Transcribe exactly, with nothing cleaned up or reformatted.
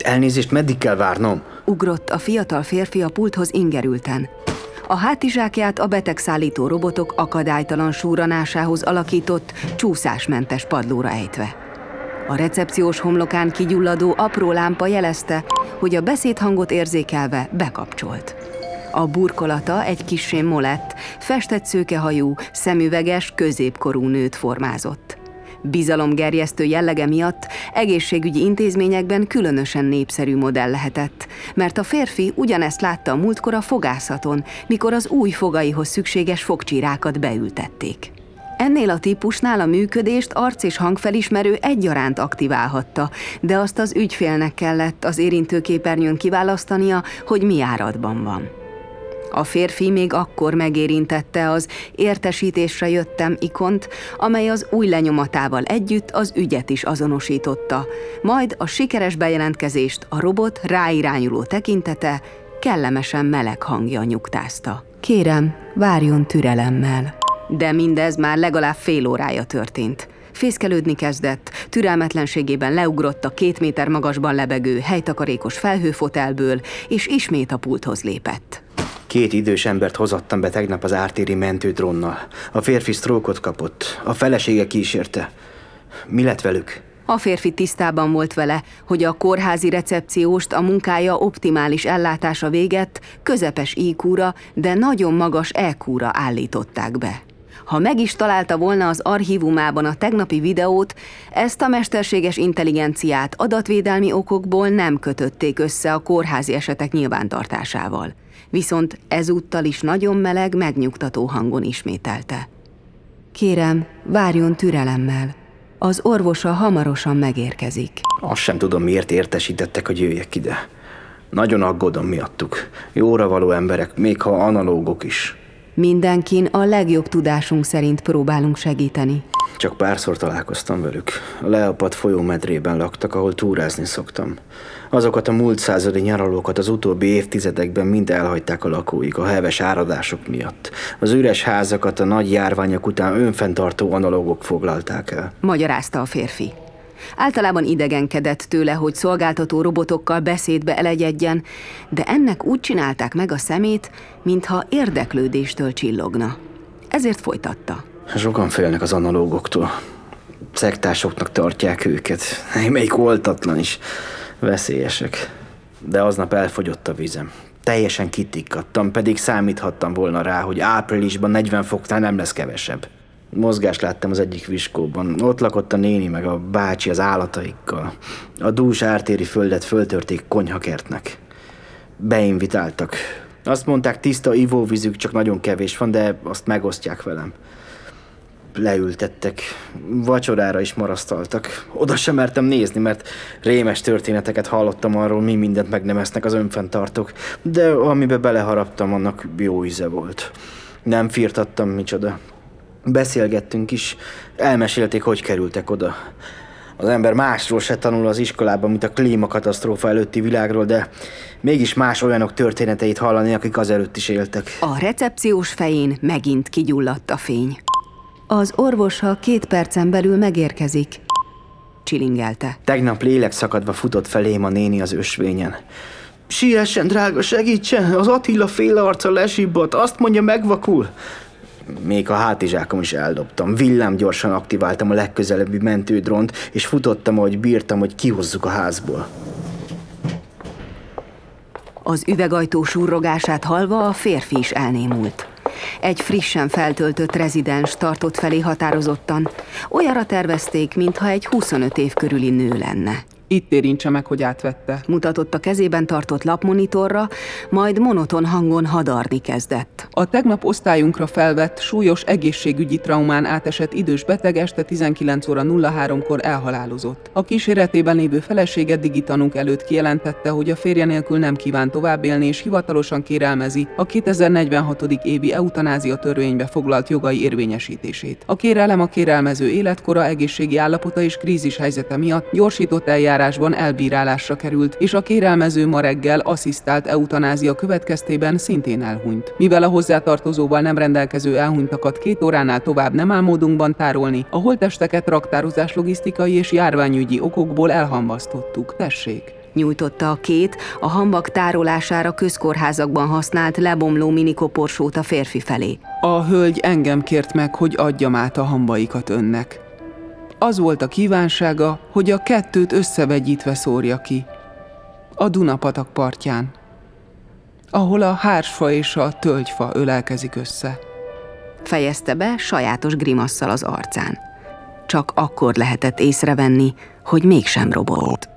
Elnézést, meddig kell várnom? Ugrott a fiatal férfi a pulthoz ingerülten. A hátizsákját a betegszállító robotok akadálytalan súranásához alakított, csúszásmentes padlóra ejtve. A recepciós homlokán kigyulladó apró lámpa jelezte, hogy a beszédhangot érzékelve bekapcsolt. A burkolata egy kissé molett, festett szőkehajú, szemüveges, középkorú nőt formázott. Bizalomgerjesztő jellege miatt egészségügyi intézményekben különösen népszerű modell lehetett, mert a férfi ugyanezt látta a múltkor a fogászaton, mikor az új fogaihoz szükséges fogcsírákat beültették. Ennél a típusnál a működést arc- és hangfelismerő egyaránt aktiválhatta, de azt az ügyfélnek kellett az érintőképernyőn kiválasztania, hogy mi áradban van. A férfi még akkor megérintette az értesítésre jöttem ikont, amely az új lenyomatával együtt az ügyet is azonosította, majd a sikeres bejelentkezést a robot ráirányuló tekintete kellemesen meleg hangja nyugtázta. Kérem, várjon türelemmel. De mindez már legalább fél órája történt. Fészkelődni kezdett, türelmetlenségében leugrott a két méter magasban lebegő, helytakarékos felhőfotelből, és ismét a pulthoz lépett. Két idős embert hozattam be tegnap az ártéri mentődrónnal. A férfi sztrókot kapott, a felesége kísérte. Mi lett velük? A férfi tisztában volt vele, hogy a kórházi recepcióst a munkája optimális ellátása végett közepes í kúra, de nagyon magas é kúra állították be. Ha meg is találta volna az archívumában a tegnapi videót, ezt a mesterséges intelligenciát adatvédelmi okokból nem kötötték össze a kórházi esetek nyilvántartásával. Viszont ezúttal is nagyon meleg, megnyugtató hangon ismételte. Kérem, várjon türelemmel. Az orvosa hamarosan megérkezik. Azt sem tudom, miért értesítettek, hogy jöjjek ide. Nagyon aggódom miattuk. Jóra való emberek, még ha analógok is. Mindenkin a legjobb tudásunk szerint próbálunk segíteni. Csak párszor találkoztam velük. A Leopard folyómedrében laktak, ahol túrázni szoktam. Azokat a múlt századi nyaralókat az utóbbi évtizedekben mind elhagyták a lakóik a heves áradások miatt. Az üres házakat a nagy járványok után önfenntartó analógok foglalták el. Magyarázta a férfi. Általában idegenkedett tőle, hogy szolgáltató robotokkal beszédbe elegyedjen, de ennek úgy csinálták meg a szemét, mintha érdeklődéstől csillogna. Ezért folytatta. Sokan félnek az analógoktól. Szektásoknak tartják őket. Melyik oltatlan is. Veszélyesek. De aznap elfogyott a vízem. Teljesen kitikkadtam, pedig számíthattam volna rá, hogy áprilisban negyven foknál nem lesz kevesebb. Mozgást láttam az egyik viskóban. Ott lakott a néni meg a bácsi az állataikkal. A dús ártéri földet föltörték konyhakertnek. Beinvitáltak. Azt mondták, tiszta ivóvízük, csak nagyon kevés van, de azt megosztják velem. Leültettek, vacsorára is marasztaltak. Oda sem mertem nézni, mert rémes történeteket hallottam arról, mi mindent meg nem esznek az önfenntartók, de amibe beleharaptam, annak jó íze volt. Nem firtattam, micsoda. Beszélgettünk is, elmesélték, hogy kerültek oda. Az ember másról se tanul az iskolában, mint a klímakatasztrófa előtti világról, de mégis más olyanok történeteit hallani, akik azelőtt is éltek. A recepciós fején megint kigyulladt a fény. Az orvosa két percen belül megérkezik, csilingelte. Tegnap lélekszakadva futott felém a néni az ösvényen. Siessen, drága, segítsen! Az Attila féle arca lesibbadt, azt mondja, megvakul! Még a hátizsákom is eldobtam. Villám gyorsan aktiváltam a legközelebbi mentődrónt, és futottam, ahogy bírtam, hogy kihozzuk a házból. Az üvegajtó surrogását hallva a férfi is elnémult. Egy frissen feltöltött rezidens tartott felé határozottan. Olyanra tervezték, mintha egy huszonöt év körüli nő lenne. Itt érintse meg, hogy átvette. Mutatott a kezében tartott lapmonitorra, majd monoton hangon hadarni kezdett. A tegnap osztályunkra felvett, súlyos egészségügyi traumán átesett idős beteg este tizenkilenc óra nulla háromkor elhalálozott. A kíséretében lévő felesége digitanunk előtt kijelentette, hogy a férje nélkül nem kíván tovább élni, és hivatalosan kérelmezi a kétezer-negyvenhatodik évi eutanázia törvénybe foglalt jogai érvényesítését. A kérelem a kérelmező életkora, egészségi állapota és krízis helyzete miatt gyorsított eljárás elbírálásra került, és a kérelmező ma reggel asszisztált eutanázia következtében szintén elhunyt. Mivel a hozzátartozóval nem rendelkező elhunytakat két óránál tovább nem áll módunkban tárolni, a holttesteket raktározás logisztikai és járványügyi okokból elhamvasztottuk. Tessék! Nyújtotta a két, a hambak tárolására közkórházakban használt lebomló minikoporsót a férfi felé. A hölgy engem kért meg, hogy adjam át a hambaikat önnek. Az volt a kívánsága, hogy a kettőt összevegyítve szórja ki. A Dunapatak partján, ahol a hársfa és a tölgyfa ölelkezik össze. Fejezte be sajátos grimasszal az arcán. Csak akkor lehetett észrevenni, hogy mégsem robott.